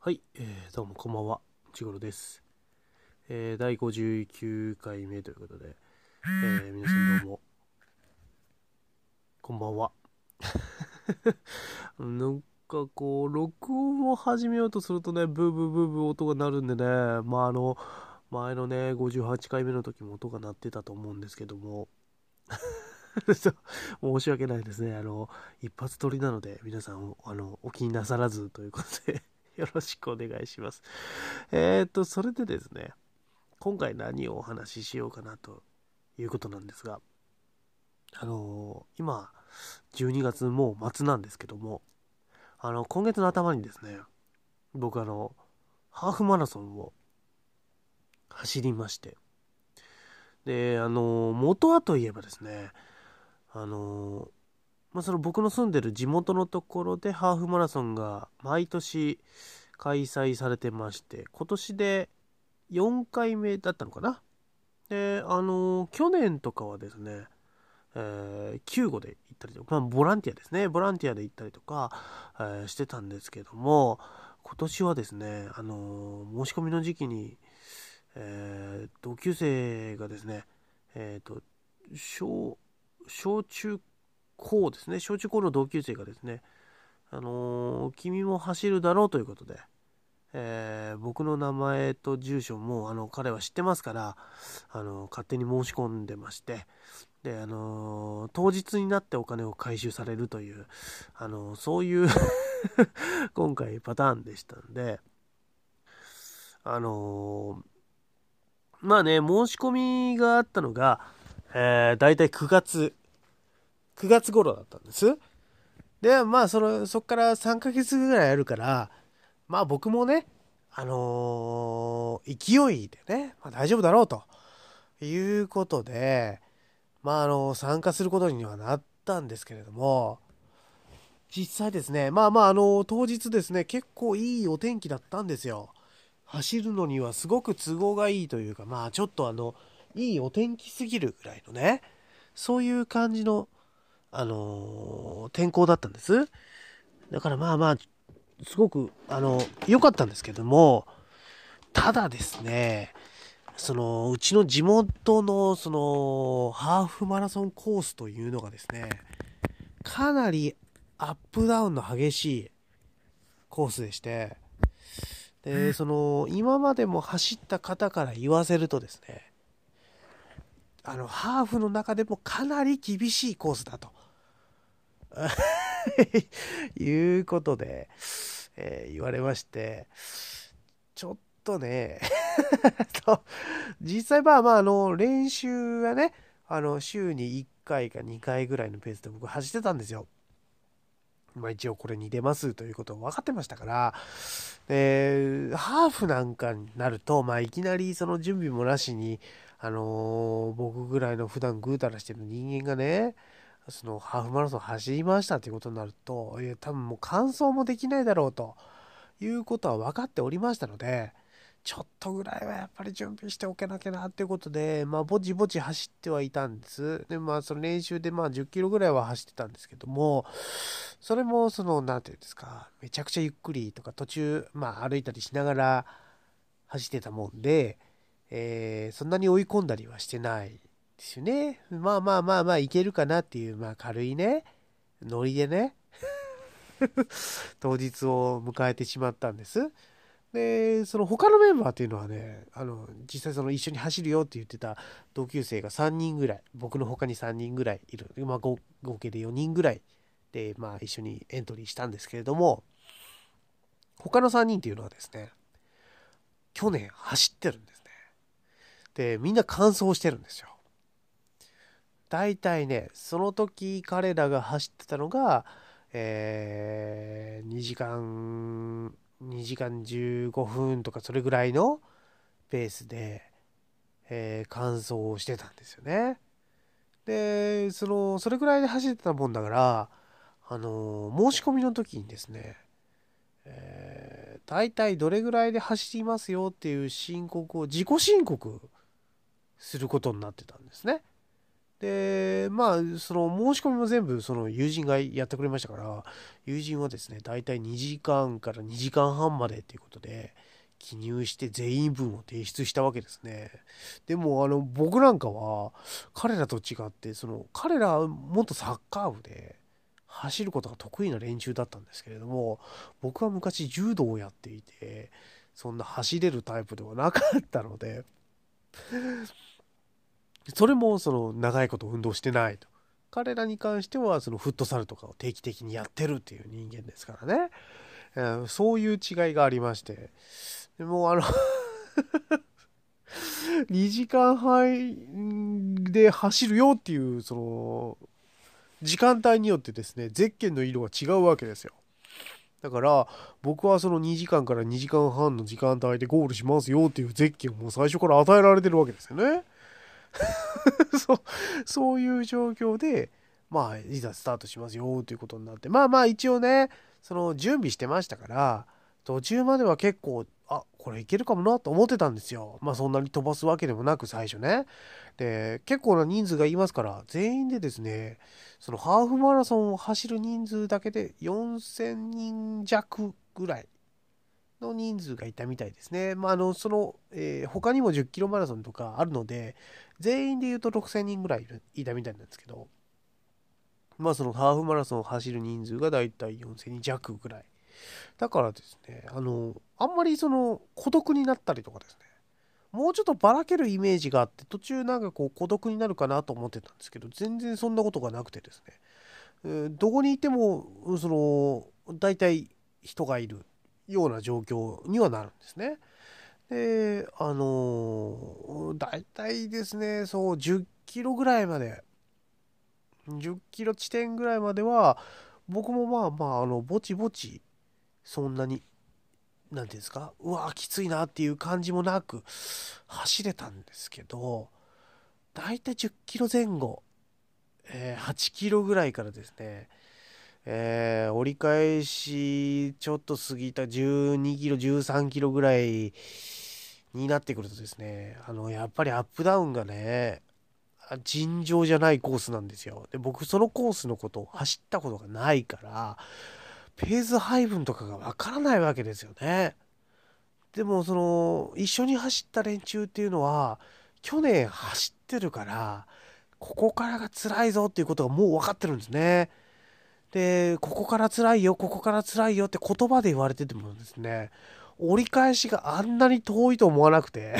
はい、どうもこんばんは、ちごろです。第59回目ということで、皆さんどうも、こんばんは。なんかこう、録音を始めようとするとね、ブーブーブーブー音が鳴るんでね、前のね、58回目の時も音が鳴ってたと思うんですけども、申し訳ないですね。一発撮りなので、皆さん、お気になさらずということで、よろしくお願いします。それでですね、今回何をお話ししようかなということなんですが、今、12月もう末なんですけども、今月の頭にですね、僕ハーフマラソンを走りまして、で、元はといえばですね、あの、その僕の住んでる地元のところでハーフマラソンが毎年開催されてまして、今年で4回目だったのかな。で、去年とかはですね、救護で行ったりとか、ボランティアですね。ボランティアで行ったりとか、してたんですけども、今年はですね、申し込みの時期に、同級生がですね、えっ、と、小、小中高ですね、小中高の同級生がですね、君も走るだろうということで、僕の名前と住所も彼は知ってますから、勝手に申し込んでまして、で、当日になってお金を回収されるという、そういう今回パターンでしたんで、あのまあね、申し込みがあったのが、だいたい9月頃だったんです。で、そっから3ヶ月ぐらいあるから、まあ僕もね、勢いでね、大丈夫だろうということで、参加することにはなったんですけれども、実際ですね、当日ですね、結構いいお天気だったんですよ。走るのにはすごく都合がいいというか、ちょっといいお天気すぎるぐらいのね、そういう感じの、天候だったんです。だからすごく、良かったんですけども、ただですね、うちの地元の、ハーフマラソンコースというのがですね、かなりアップダウンの激しいコースでして、で、今までも走った方から言わせるとですね、ハーフの中でもかなり厳しいコースだと。いうことで、言われまして、ちょっとねと実際練習はね、週に1回か2回ぐらいのペースで僕走ってたんですよ。一応これに出ますということを分かってましたから、ハーフなんかになると、いきなりその準備もなしに、僕ぐらいの普段ぐうたらしてる人間がね、そのハーフマラソン走りましたということになると、多分もう完走もできないだろうということは分かっておりましたので、ちょっとぐらいはやっぱり準備しておけなきゃなっていうことで、ぼちぼち走ってはいたんです。で、その練習で10キロぐらいは走ってたんですけども、それもなんていうんですか、めちゃくちゃゆっくりとか途中、歩いたりしながら走ってたもんで、そんなに追い込んだりはしてないですよね。いけるかなっていう、軽いね、ノリでね、当日を迎えてしまったんです。で、その他のメンバーっていうのはね、実際一緒に走るよって言ってた同級生が3人ぐらい、僕の他に3人ぐらいいる。合計で4人ぐらいで、一緒にエントリーしたんですけれども、他の3人っていうのはですね、去年走ってるんですね。で、みんな完走してるんですよ。大体ね、その時彼らが走ってたのが、2時間15分とかそれぐらいのペースで、完走をしてたんですよね。で、それぐらいで走ってたもんだから、申し込みの時にですね、大体どれぐらいで走りますよっていう申告を自己申告することになってたんですね。 で、まあ、その申し込みも全部その友人がやってくれましたから、友人はですね、だいたい2時間から2時間半までっていうことで、記入して全員分を提出したわけですね。でも、僕なんかは、彼らと違って、彼らは元サッカー部で、走ることが得意な連中だったんですけれども、僕は昔柔道をやっていて、そんな走れるタイプではなかったので、それもその長いこと運動してないと。彼らに関してはそのフットサルとかを定期的にやってるっていう人間ですからね。そういう違いがありまして。でも2時間半で走るよっていうその時間帯によってですね、ゼッケンの色が違うわけですよ。だから僕はその2時間から2時間半の時間帯でゴールしますよっていうゼッケンをもう最初から与えられてるわけですよね。そう、そういう状況で、まあ、いざスタートしますよということになって、まあまあ一応ね、その準備してましたから、途中までは結構、これいけるかもなと思ってたんですよ。まあそんなに飛ばすわけでもなく最初ね。で、結構な人数がいますから、全員でですね、そのハーフマラソンを走る人数だけで4000人弱ぐらいの人数がいたみたいですね。まあ、他にも10キロマラソンとかあるので、全員で言うと6000人ぐらいいたみたいなんですけど、まあ、そのハーフマラソンを走る人数がだいたい4000人弱ぐらい。だからですね、あんまり孤独になったりとかですね、もうちょっとばらけるイメージがあって、途中なんかこう孤独になるかなと思ってたんですけど、全然そんなことがなくてですね、どこにいても、大体人がいるような状況にはなるんですね。で、大体ですね、そう、10キロぐらいまで、10キロ地点ぐらいまでは、僕もまあまあ、ぼちぼち、そんなに、なんていうんですか、うわ、きついなっていう感じもなく、走れたんですけど、大体10キロ前後、8キロぐらいからですね、折り返しちょっと過ぎた12キロ、13キロぐらいになってくるとですね、やっぱりアップダウンがね、尋常じゃないコースなんですよ。で、僕そのコースのことを走ったことがないから、ペース配分とかがわからないわけですよね。でも一緒に走った連中っていうのは、去年走ってるから、ここからが辛いぞっていうことがもう分かってるんですね。で、ここから辛いよ、ここから辛いよって言葉で言われててもですね、折り返しがあんなに遠いと思わなくて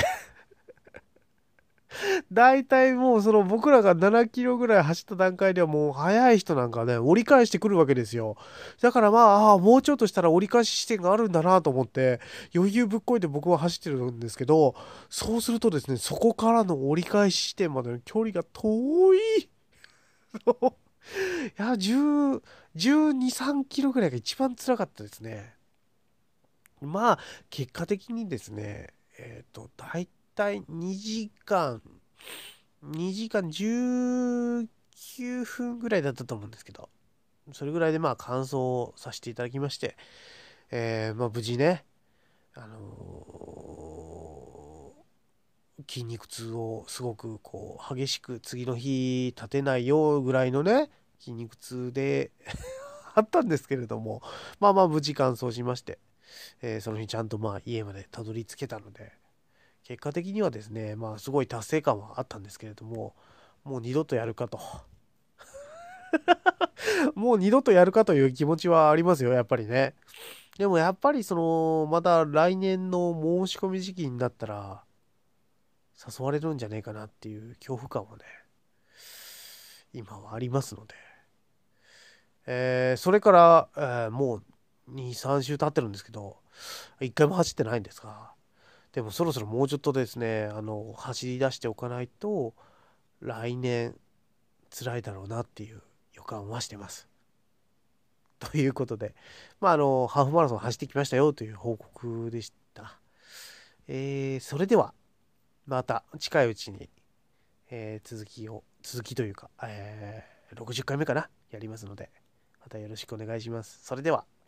大体もう僕らが7キロぐらい走った段階ではもう速い人なんかね、折り返してくるわけですよ。だからまあ、もうちょっとしたら折り返し地点があるんだなと思って、余裕ぶっこいて僕は走ってるんですけど、そうするとですね、そこからの折り返し地点までの距離が遠い。いや、12、3キロぐらいが一番辛かったですね。まあ、結果的にですね、だいたい2時間19分ぐらいだったと思うんですけど、それぐらいでまあ完走させていただきまして、まあ無事ね、あの筋肉痛をすごくこう激しく次の日立てないよぐらいのね、筋肉痛であったんですけれども、まあまあ無事完走しまして、その日ちゃんとまあ家までたどり着けたので、結果的にはですね、まあすごい達成感はあったんですけれども、もう二度とやるかと。もう二度とやるかという気持ちはありますよ、やっぱりね。でもやっぱりまた来年の申し込み時期になったら、誘われるんじゃねえかなっていう恐怖感はね、今はありますので。それから、もう2、3週経ってるんですけど、一回も走ってないんですが、でもそろそろもうちょっとですね、走り出しておかないと、来年辛いだろうなっていう予感はしてます。ということで、まあ、ハーフマラソン走ってきましたよという報告でした。それでは、また近いうちに、続きというか、60回目かな、やりますので、またよろしくお願いします。それでは。